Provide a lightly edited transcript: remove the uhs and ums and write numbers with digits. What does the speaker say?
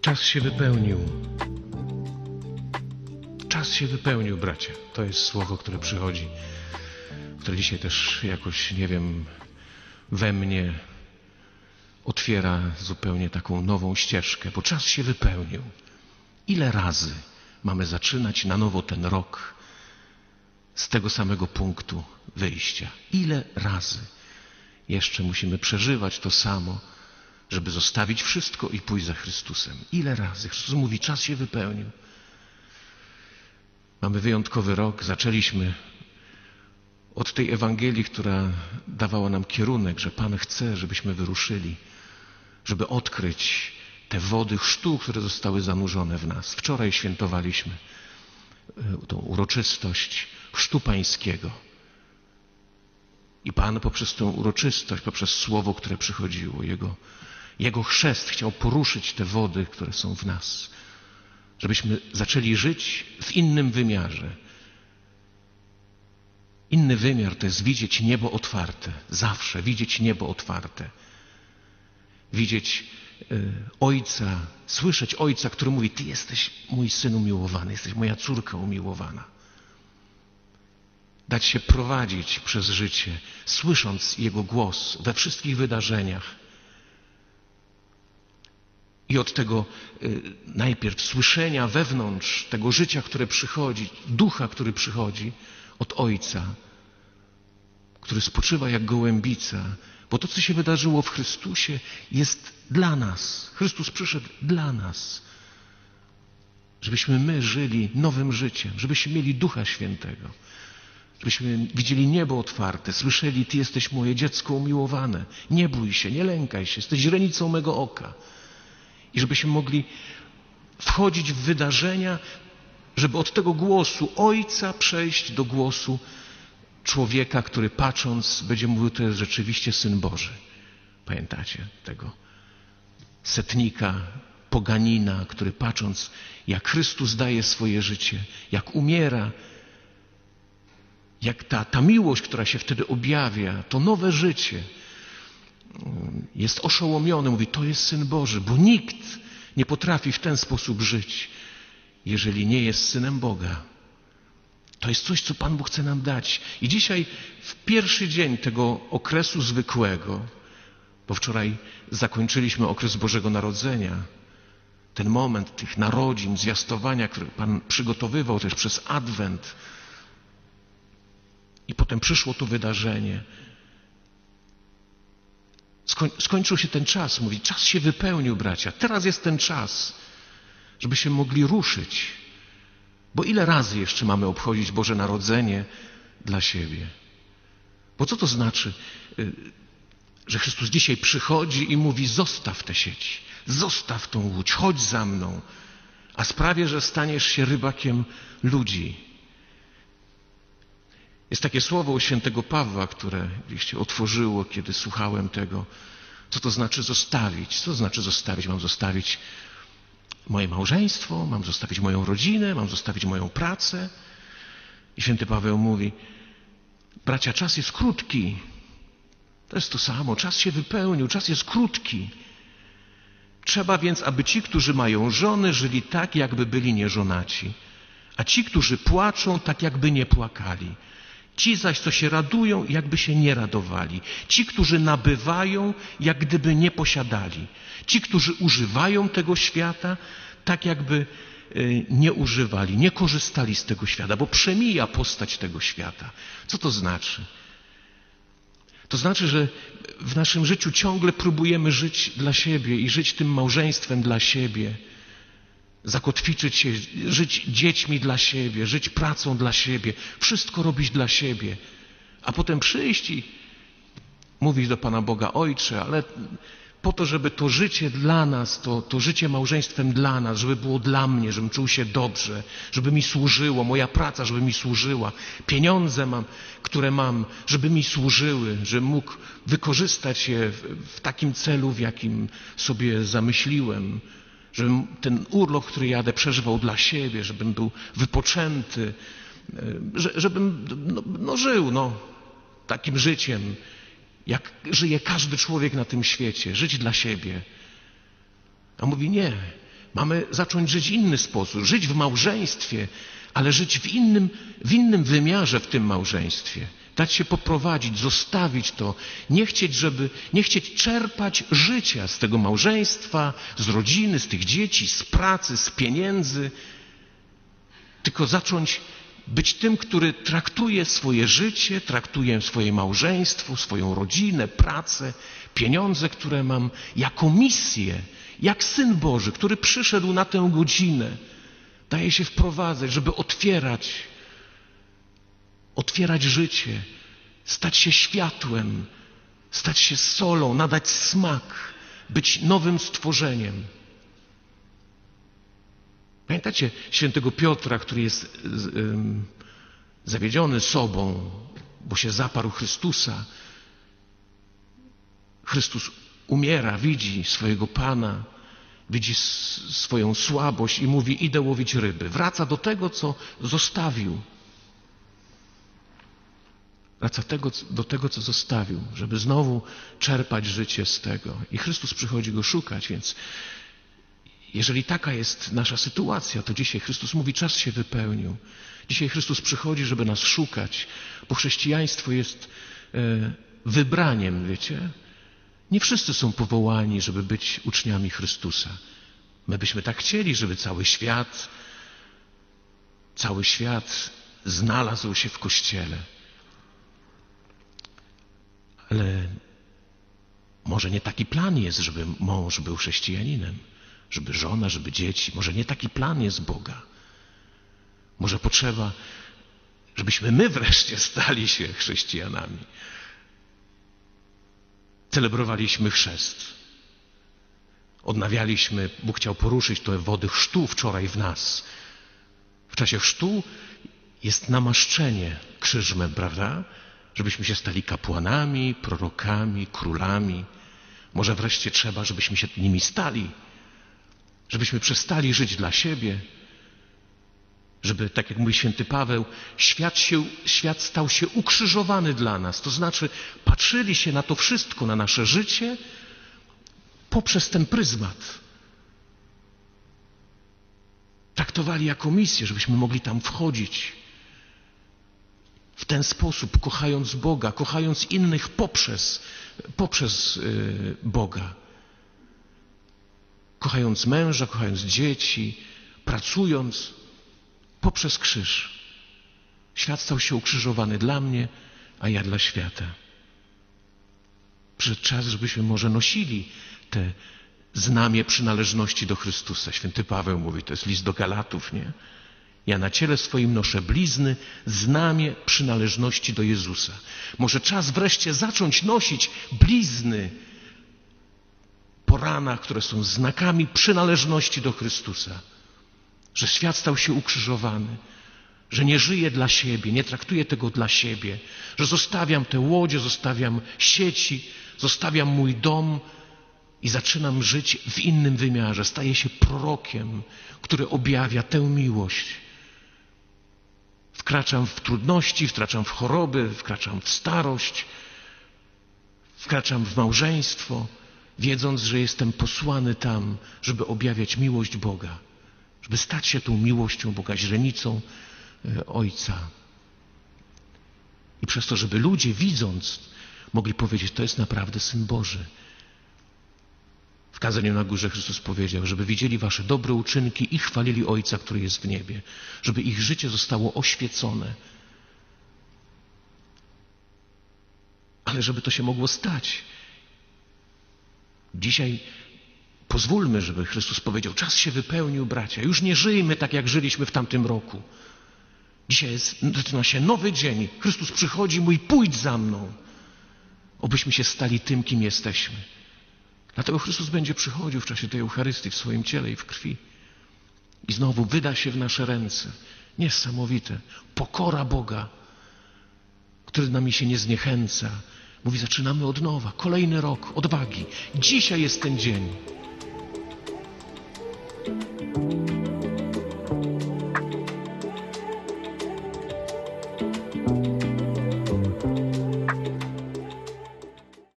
Czas się wypełnił. Czas się wypełnił, bracia. To jest słowo, które przychodzi, które dzisiaj też jakoś, nie wiem, we mnie otwiera zupełnie taką nową ścieżkę, bo czas się wypełnił. Ile razy mamy zaczynać na nowo ten rok z tego samego punktu wyjścia? Ile razy jeszcze musimy przeżywać to samo, żeby zostawić wszystko i pójść za Chrystusem? Ile razy? Chrystus mówi, czas się wypełnił. Mamy wyjątkowy rok. Zaczęliśmy od tej Ewangelii, która dawała nam kierunek, że Pan chce, żebyśmy wyruszyli, żeby odkryć te wody chrztu, które zostały zanurzone w nas. Wczoraj świętowaliśmy tą uroczystość chrztu pańskiego. I Pan poprzez tę uroczystość, poprzez słowo, które przychodziło, Jego chrzest chciał poruszyć te wody, które są w nas. Żebyśmy zaczęli żyć w innym wymiarze. Inny wymiar to jest widzieć niebo otwarte. Zawsze widzieć niebo otwarte. Widzieć Ojca, słyszeć Ojca, który mówi, Ty jesteś mój Syn umiłowany, jesteś moja córka umiłowana. Dać się prowadzić przez życie, słysząc Jego głos we wszystkich wydarzeniach. I od tego najpierw słyszenia wewnątrz tego życia, które przychodzi, ducha, który przychodzi od Ojca, który spoczywa jak gołębica. Bo to, co się wydarzyło w Chrystusie, jest dla nas. Chrystus przyszedł dla nas. Żebyśmy my żyli nowym życiem, żebyśmy mieli Ducha Świętego. Żebyśmy widzieli niebo otwarte, słyszeli, Ty jesteś moje dziecko umiłowane. Nie bój się, nie lękaj się, jesteś źrenicą mego oka. I żebyśmy mogli wchodzić w wydarzenia, żeby od tego głosu Ojca przejść do głosu człowieka, który patrząc będzie mówił, to jest rzeczywiście Syn Boży. Pamiętacie tego setnika, poganina, który patrząc, jak Chrystus daje swoje życie, jak umiera, jak ta miłość, która się wtedy objawia, to nowe życie, jest oszołomiony, mówi, to jest Syn Boży, bo nikt nie potrafi w ten sposób żyć, jeżeli nie jest Synem Boga. To jest coś, co Pan Bóg chce nam dać. I dzisiaj, w pierwszy dzień tego okresu zwykłego, bo wczoraj zakończyliśmy okres Bożego Narodzenia, ten moment tych narodzin, zwiastowania, które Pan przygotowywał też przez Adwent, i potem przyszło to wydarzenie. Skończył się ten czas, mówi, czas się wypełnił, bracia. Teraz jest ten czas, żebyśmy mogli ruszyć. Bo ile razy jeszcze mamy obchodzić Boże Narodzenie dla siebie? Bo co to znaczy, że Chrystus dzisiaj przychodzi i mówi, zostaw te sieci, zostaw tą łódź, chodź za mną, a sprawię, że staniesz się rybakiem ludzi. Jest takie słowo u świętego Pawła, które gdzieś się otworzyło, kiedy słuchałem tego. Co to znaczy zostawić? Co to znaczy zostawić? Mam zostawić moje małżeństwo, mam zostawić moją rodzinę, mam zostawić moją pracę. I święty Paweł mówi, bracia, czas jest krótki. To jest to samo, czas się wypełnił, czas jest krótki. Trzeba więc, aby ci, którzy mają żony, żyli tak, jakby byli nieżonaci, a ci, którzy płaczą, tak jakby nie płakali. Ci zaś, co się radują, jakby się nie radowali. Ci, którzy nabywają, jak gdyby nie posiadali. Ci, którzy używają tego świata, tak jakby nie używali, nie korzystali z tego świata, bo przemija postać tego świata. Co to znaczy? To znaczy, że w naszym życiu ciągle próbujemy żyć dla siebie i żyć tym małżeństwem dla siebie. Zakotwiczyć się, żyć dziećmi dla siebie, żyć pracą dla siebie, wszystko robić dla siebie, a potem przyjść i mówić do Pana Boga, Ojcze, ale po to, żeby to życie dla nas, to życie małżeństwem dla nas, żeby było dla mnie, żebym czuł się dobrze, żeby mi służyło, moja praca, żeby mi służyła, pieniądze które mam, żeby mi służyły, żebym mógł wykorzystać je w takim celu, w jakim sobie zamyśliłem, żebym ten urlop, który jadę, przeżywał dla siebie, żebym był wypoczęty, żebym żył takim życiem, jak żyje każdy człowiek na tym świecie, żyć dla siebie. A mówi nie, Mamy zacząć żyć w inny sposób, żyć w małżeństwie, ale żyć w innym wymiarze w tym małżeństwie. Dać się poprowadzić, zostawić to, nie chcieć czerpać życia z tego małżeństwa, z rodziny, z tych dzieci, z pracy, z pieniędzy, tylko zacząć być tym, który traktuje swoje życie, traktuje swoje małżeństwo, swoją rodzinę, pracę, pieniądze, które mam, jako misję, jak Syn Boży, który przyszedł na tę godzinę. Daje się wprowadzać, żeby otwierać życie, stać się światłem, stać się solą, nadać smak, być nowym stworzeniem. Pamiętacie świętego Piotra, który jest zawiedziony sobą, bo się zaparł Chrystusa. Chrystus umiera, widzi swojego Pana, widzi swoją słabość i mówi: idę łowić ryby. Wraca do tego, co zostawił. Wraca do tego, co zostawił, żeby znowu czerpać życie z tego. I Chrystus przychodzi go szukać, więc jeżeli taka jest nasza sytuacja, to dzisiaj Chrystus mówi: czas się wypełnił. Dzisiaj Chrystus przychodzi, żeby nas szukać, bo chrześcijaństwo jest wybraniem, wiecie? Nie wszyscy są powołani, żeby być uczniami Chrystusa. My byśmy tak chcieli, żeby cały świat znalazł się w Kościele. Ale może nie taki plan jest, żeby mąż był chrześcijaninem, żeby żona, żeby dzieci. Może nie taki plan jest Boga. Może potrzeba, żebyśmy my wreszcie stali się chrześcijanami. Celebrowaliśmy chrzest. Odnawialiśmy, Bóg chciał poruszyć te wody chrztu wczoraj w nas. W czasie chrztu jest namaszczenie krzyżmem, prawda? Żebyśmy się stali kapłanami, prorokami, królami. Może wreszcie trzeba, żebyśmy się nimi stali. Żebyśmy przestali żyć dla siebie. Żeby, tak jak mówi święty Paweł, świat stał się ukrzyżowany dla nas. To znaczy patrzyli się na to wszystko, na nasze życie poprzez ten pryzmat. Traktowali jako misję, żebyśmy mogli tam wchodzić. W ten sposób, kochając Boga, kochając innych poprzez Boga. Kochając męża, kochając dzieci, pracując poprzez krzyż. Świat stał się ukrzyżowany dla mnie, a ja dla świata. Przyszedł czas, żebyśmy może nosili te znamie przynależności do Chrystusa. Święty Paweł mówi, to jest list do Galatów, nie? Ja na ciele swoim noszę blizny, znamie przynależności do Jezusa. Może czas wreszcie zacząć nosić blizny po ranach, które są znakami przynależności do Chrystusa. Że świat stał się ukrzyżowany, że nie żyję dla siebie, nie traktuję tego dla siebie, że zostawiam te łodzie, zostawiam sieci, zostawiam mój dom i zaczynam żyć w innym wymiarze. Staję się prorokiem, który objawia tę miłość. Wkraczam w trudności, wkraczam w choroby, wkraczam w starość, wkraczam w małżeństwo, wiedząc, że jestem posłany tam, żeby objawiać miłość Boga, żeby stać się tą miłością Boga, źrenicą Ojca. I przez to, żeby ludzie, widząc, mogli powiedzieć, to jest naprawdę Syn Boży. W kazaniu na górze Chrystus powiedział, żeby widzieli wasze dobre uczynki i chwalili Ojca, który jest w niebie. Żeby ich życie zostało oświecone. Ale żeby to się mogło stać. Dzisiaj pozwólmy, żeby Chrystus powiedział, czas się wypełnił, bracia. Już nie żyjmy tak, jak żyliśmy w tamtym roku. Dzisiaj zaczyna się nowy dzień. Chrystus przychodzi, mówi, pójdź za mną. Obyśmy się stali tym, kim jesteśmy. Dlatego Chrystus będzie przychodził w czasie tej Eucharystii w swoim ciele i w krwi. I znowu wyda się w nasze ręce. Niesamowite. Pokora Boga, który nami się nie zniechęca. Mówi, zaczynamy od nowa. Kolejny rok odwagi. Dzisiaj jest ten dzień.